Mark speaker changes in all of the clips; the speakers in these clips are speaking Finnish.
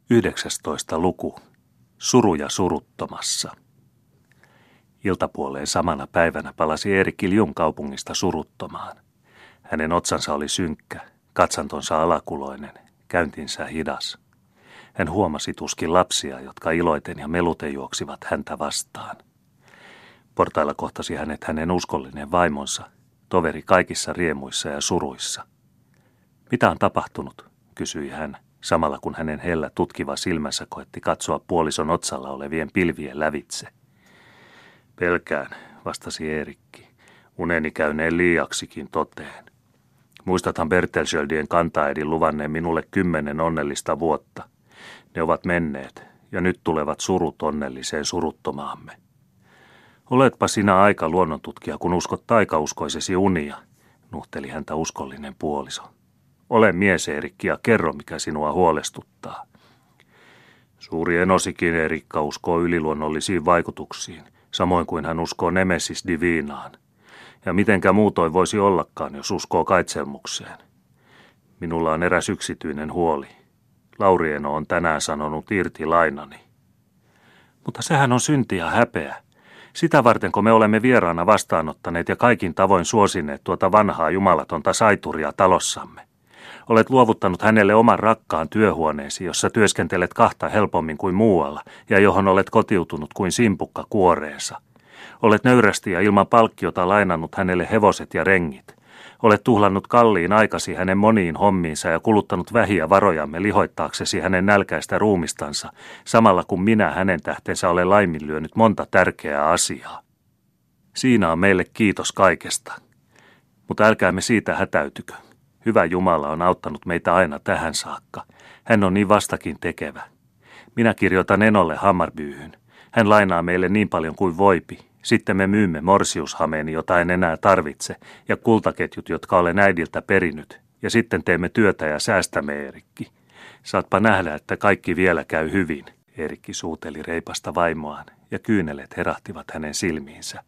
Speaker 1: 19. luku. Suruja suruttomassa. Iltapuoleen samana päivänä palasi Eerikki Liun kaupungista suruttomaan. Hänen otsansa oli synkkä, katsantonsa alakuloinen, käyntinsä hidas. Hän huomasi tuskin lapsia, jotka iloiten ja meluten juoksivat häntä vastaan. Portailla kohtasi hänet hänen uskollinen vaimonsa, toveri kaikissa riemuissa ja suruissa. Mitä on tapahtunut, kysyi hän, samalla kun hänen hellä tutkiva silmänsä koetti katsoa puolison otsalla olevien pilvien lävitse. Pelkään, vastasi Eerikki, uneni käyneen liiaksikin toteen. Muistathan Bertelschöldien kantaäidin luvanneen minulle 10 onnellista vuotta. Ne ovat menneet, ja nyt tulevat surut onnelliseen suruttomaamme. Oletpa sinä aika luonnontutkija, kun uskot taikauskoisesi unia, nuhteli häntä uskollinen puoliso. Ole mies, Eerikki, ja kerro, mikä sinua huolestuttaa. Suuri enosikin Eerikka uskoo yliluonnollisiin vaikutuksiin, samoin kuin hän uskoo Nemesis Divinaan. Ja mitenkä muutoin voisi ollakaan, jos uskoo kaitselmukseen. Minulla on eräs yksityinen huoli. Laurieno on tänään sanonut irti lainani. Mutta sehän on synti ja häpeä. Sitä vartenko me olemme vieraana vastaanottaneet ja kaikin tavoin suosineet tuota vanhaa jumalatonta saituria talossamme. Olet luovuttanut hänelle oman rakkaan työhuoneesi, jossa työskentelet kahta helpommin kuin muualla ja johon olet kotiutunut kuin simpukka kuoreensa. Olet nöyrästi ja ilman palkkiota lainannut hänelle hevoset ja rengit. Olet tuhlannut kalliin aikasi hänen moniin hommiinsa ja kuluttanut vähiä varojamme lihoittaaksesi hänen nälkäistä ruumistansa, samalla kun minä hänen tähtensä olen laiminlyönyt monta tärkeää asiaa. Siinä on meille kiitos kaikesta. Mutta älkäämme siitä hätäytykö. Hyvä Jumala on auttanut meitä aina tähän saakka. Hän on niin vastakin tekevä. Minä kirjoitan Enolle Hammarbyyhyn. Hän lainaa meille niin paljon kuin voipi. Sitten me myymme morsiushameeni, jota en enää tarvitse, ja kultaketjut, jotka olen äidiltä perinyt. Ja sitten teemme työtä ja säästämme, Eerikki. Saatpa nähdä, että kaikki vielä käy hyvin. Eerikki suuteli reipasta vaimoaan, ja kyynelet herahtivat hänen silmiinsä.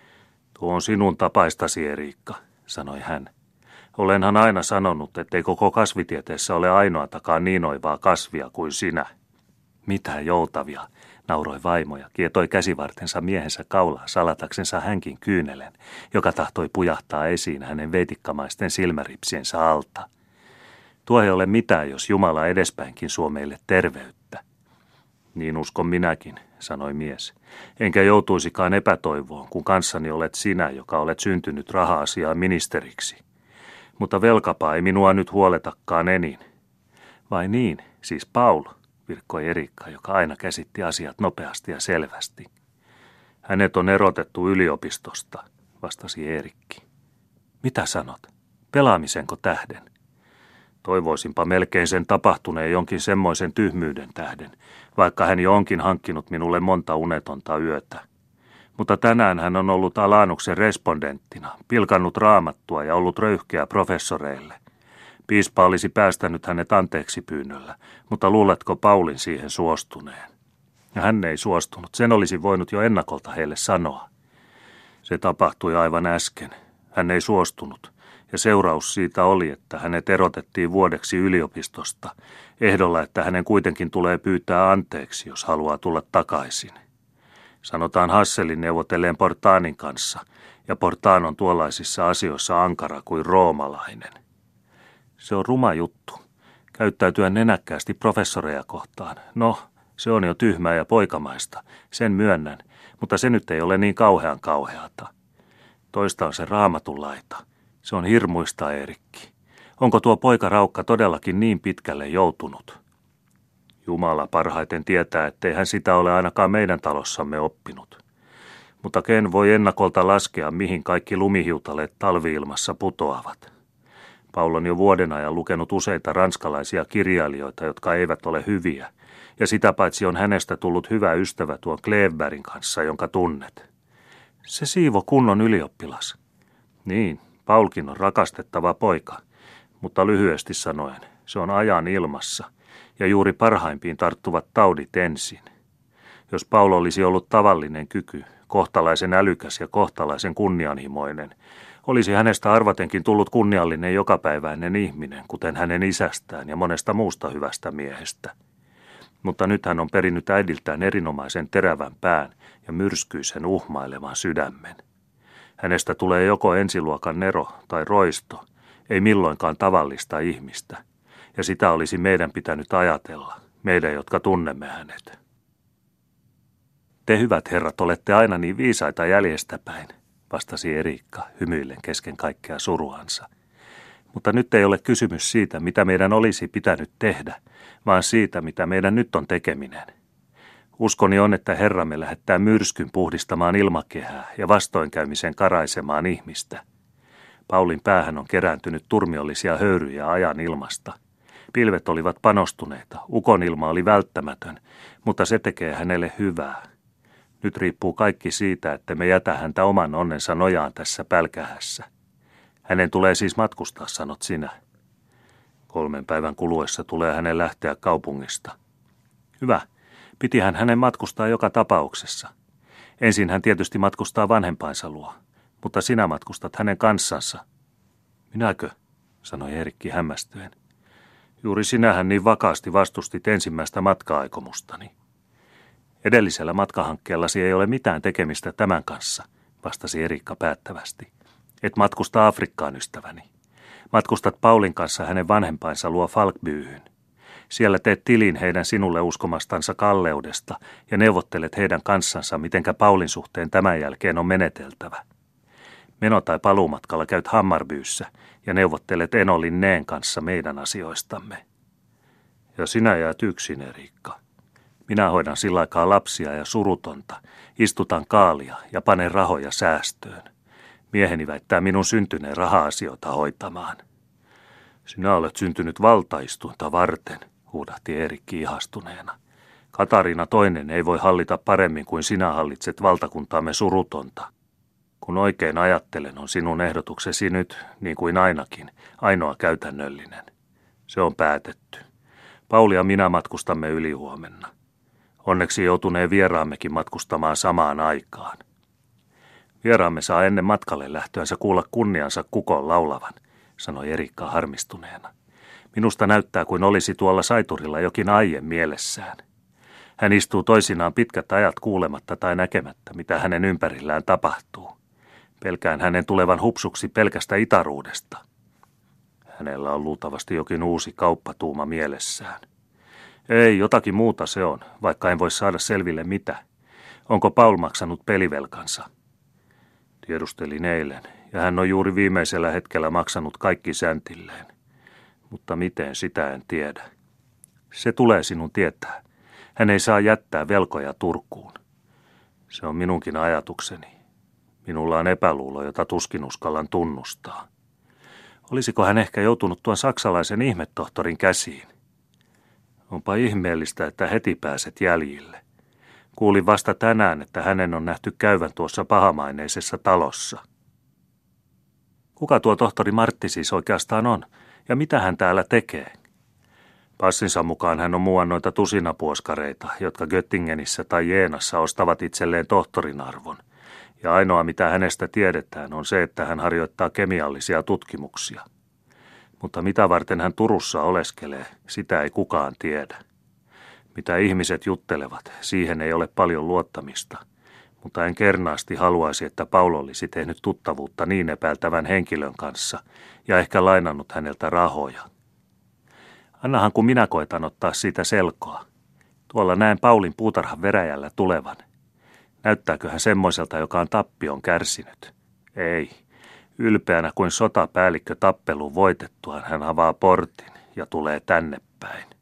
Speaker 1: Tuo on sinun tapaistasi, Eriikka, sanoi hän. Olenhan aina sanonut, ettei koko kasvitieteessä ole ainoatakaan niin oivaa kasvia kuin sinä. Mitä joutavia, nauroi vaimo ja kietoi käsivartensa miehensä kaulaa salataksensa hänkin kyynelen, joka tahtoi pujahtaa esiin hänen veitikkamaisten silmäripsiensä alta. Tuo ei ole mitään, jos Jumala edespäinkin suo meille terveyttä. Niin uskon minäkin, sanoi mies, enkä joutuisikaan epätoivoon, kun kanssani olet sinä, joka olet syntynyt raha-asiaa ministeriksi. Mutta velkapaa ei minua nyt huoletakaan enin. Vai niin, siis Paul, virkkoi Eriikka, joka aina käsitti asiat nopeasti ja selvästi. Hänet on erotettu yliopistosta, vastasi Eerikki. Mitä sanot? Pelaamisenko tähden? Toivoisinpa melkein sen tapahtuneen jonkin semmoisen tyhmyyden tähden, vaikka hän jo onkin hankkinut minulle monta unetonta yötä. Mutta tänään hän on ollut Alanuksen respondenttina, pilkannut raamattua ja ollut röyhkeä professoreille. Piispa olisi päästänyt hänet anteeksi pyynnöllä, mutta luuletko Paulin siihen suostuneen? Ja hän ei suostunut, sen olisi voinut jo ennakolta heille sanoa. Se tapahtui aivan äsken. Hän ei suostunut, ja seuraus siitä oli, että hänet erotettiin vuodeksi yliopistosta, ehdolla, että hänen kuitenkin tulee pyytää anteeksi, jos haluaa tulla takaisin. Sanotaan Hasselin neuvotelleen Portaanin kanssa, ja Portaan on tuollaisissa asioissa ankara kuin roomalainen. Se on ruma juttu. Käyttäytyä nenäkkäästi professoreja kohtaan. No, se on jo tyhmää ja poikamaista, sen myönnän, mutta se nyt ei ole niin kauheata. Toista on se raamatun laita. Se on hirmuista, Eerikki. Onko tuo poika Raukka todellakin niin pitkälle joutunut? Jumala parhaiten tietää, ettei hän sitä ole ainakaan meidän talossamme oppinut. Mutta ken voi ennakolta laskea, mihin kaikki lumihiutaleet talviilmassa putoavat. Paul on jo vuoden ajan lukenut useita ranskalaisia kirjailijoita, jotka eivät ole hyviä, ja sitä paitsi on hänestä tullut hyvä ystävä tuon Kleefbergin kanssa, jonka tunnet. Se siivo kunnon ylioppilas. Niin, Paulkin on rakastettava poika, mutta lyhyesti sanoen, se on ajan ilmassa, ja juuri parhaimpiin tarttuvat taudit ensin. Jos Paul olisi ollut tavallinen kyky, kohtalaisen älykäs ja kohtalaisen kunnianhimoinen, olisi hänestä arvatenkin tullut kunniallinen jokapäiväinen ihminen, kuten hänen isästään ja monesta muusta hyvästä miehestä. Mutta nyt hän on perinnyt äidiltään erinomaisen terävän pään ja myrskyisen uhmailevan sydämen. Hänestä tulee joko ensiluokan nero tai roisto, ei milloinkaan tavallista ihmistä, ja sitä olisi meidän pitänyt ajatella, meidän, jotka tunnemme hänet. Te hyvät herrat olette aina niin viisaita jäljestäpäin, vastasi Eriikka hymyillen kesken kaikkea suruansa. Mutta nyt ei ole kysymys siitä, mitä meidän olisi pitänyt tehdä, vaan siitä, mitä meidän nyt on tekeminen. Uskoni on, että Herramme lähettää myrskyn puhdistamaan ilmakehää ja vastoinkäymisen karaisemaan ihmistä. Paulin päähän on kerääntynyt turmiollisia höyryjä ajan ilmasta. Pilvet olivat panostuneita, ukonilma oli välttämätön, mutta se tekee hänelle hyvää. Nyt riippuu kaikki siitä, että me jätä häntä oman onnensa nojaan tässä pälkähässä. Hänen tulee siis matkustaa, sanot sinä. 3 päivän kuluessa tulee hänen lähteä kaupungista. Hyvä. Pitihän hänen matkustaa joka tapauksessa. Ensin hän tietysti matkustaa vanhempainsa luo, mutta sinä matkustat hänen kanssansa. Minäkö? Sanoi Erikki hämmästyen. Juuri sinähän niin vakaasti vastustit ensimmäistä matka-aikomustani. Edellisellä matkahankkeellasi ei ole mitään tekemistä tämän kanssa, vastasi Erikka päättävästi. Et matkusta Afrikkaan, ystäväni. Matkustat Paulin kanssa hänen vanhempainsa luo Falkbyhyn. Siellä teet tilin heidän sinulle uskomastansa kalleudesta ja neuvottelet heidän kanssansa, mitenkä Paulin suhteen tämän jälkeen on meneteltävä. Meno- tai paluumatkalla käyt Hammarbyyssä ja neuvottelet Eno Linneen kanssa meidän asioistamme. Ja sinä jäät yksin, Eriikka. Minä hoidan sillä aikaa lapsia ja surutonta, istutan kaalia ja panen rahoja säästöön. Mieheni väittää minun syntyneen raha-asioita hoitamaan. Sinä olet syntynyt valtaistuinta varten, huudahti Eerikki ihastuneena. Katariina toinen ei voi hallita paremmin kuin sinä hallitset valtakuntaamme surutonta. Kun oikein ajattelen, on sinun ehdotuksesi nyt, niin kuin ainakin, ainoa käytännöllinen. Se on päätetty. Pauli ja minä matkustamme ylihuomenna. Onneksi joutuneen vieraammekin matkustamaan samaan aikaan. Vieraamme saa ennen matkalle lähtöänsä kuulla kunniansa kukon laulavan, sanoi Erikka harmistuneena. Minusta näyttää kuin olisi tuolla saiturilla jokin aie mielessään. Hän istuu toisinaan pitkät ajat kuulematta tai näkemättä, mitä hänen ympärillään tapahtuu. Pelkään hänen tulevan hupsuksi pelkästä itaruudesta. Hänellä on luultavasti jokin uusi kauppatuuma mielessään. Ei, jotakin muuta se on, vaikka en voi saada selville mitä. Onko Paul maksanut pelivelkansa? Tiedustelin eilen, ja hän on juuri viimeisellä hetkellä maksanut kaikki säntilleen. Mutta miten, sitä en tiedä. Se tulee sinun tietää. Hän ei saa jättää velkoja Turkuun. Se on minunkin ajatukseni. Minulla on epäluulo, jota tuskin uskallan tunnustaa. Olisiko hän ehkä joutunut tuon saksalaisen ihmetohtorin käsiin? Onpa ihmeellistä, että heti pääset jäljille. Kuulin vasta tänään, että hänen on nähty käyvän tuossa pahamaineisessa talossa. Kuka tuo tohtori Martti siis oikeastaan on, ja mitä hän täällä tekee? Passinsa mukaan hän on muuan noita tusinapuoskareita, jotka Göttingenissä tai Jeenassa ostavat itselleen tohtorin arvon. Ja ainoa mitä hänestä tiedetään on se, että hän harjoittaa kemiallisia tutkimuksia. Mutta mitä varten hän Turussa oleskelee, sitä ei kukaan tiedä. Mitä ihmiset juttelevat, siihen ei ole paljon luottamista. Mutta en kernaasti haluaisi, että Paul olisi tehnyt tuttavuutta niin epäiltävän henkilön kanssa ja ehkä lainannut häneltä rahoja. Annahan kun minä koitan ottaa siitä selkoa. Tuolla näen Paulin puutarhan veräjällä tulevan. Näyttääkö hän semmoiselta, joka on tappion kärsinyt? Ei. Ylpeänä kuin sotapäällikkö tappelun voitettuaan hän avaa portin ja tulee tänne päin.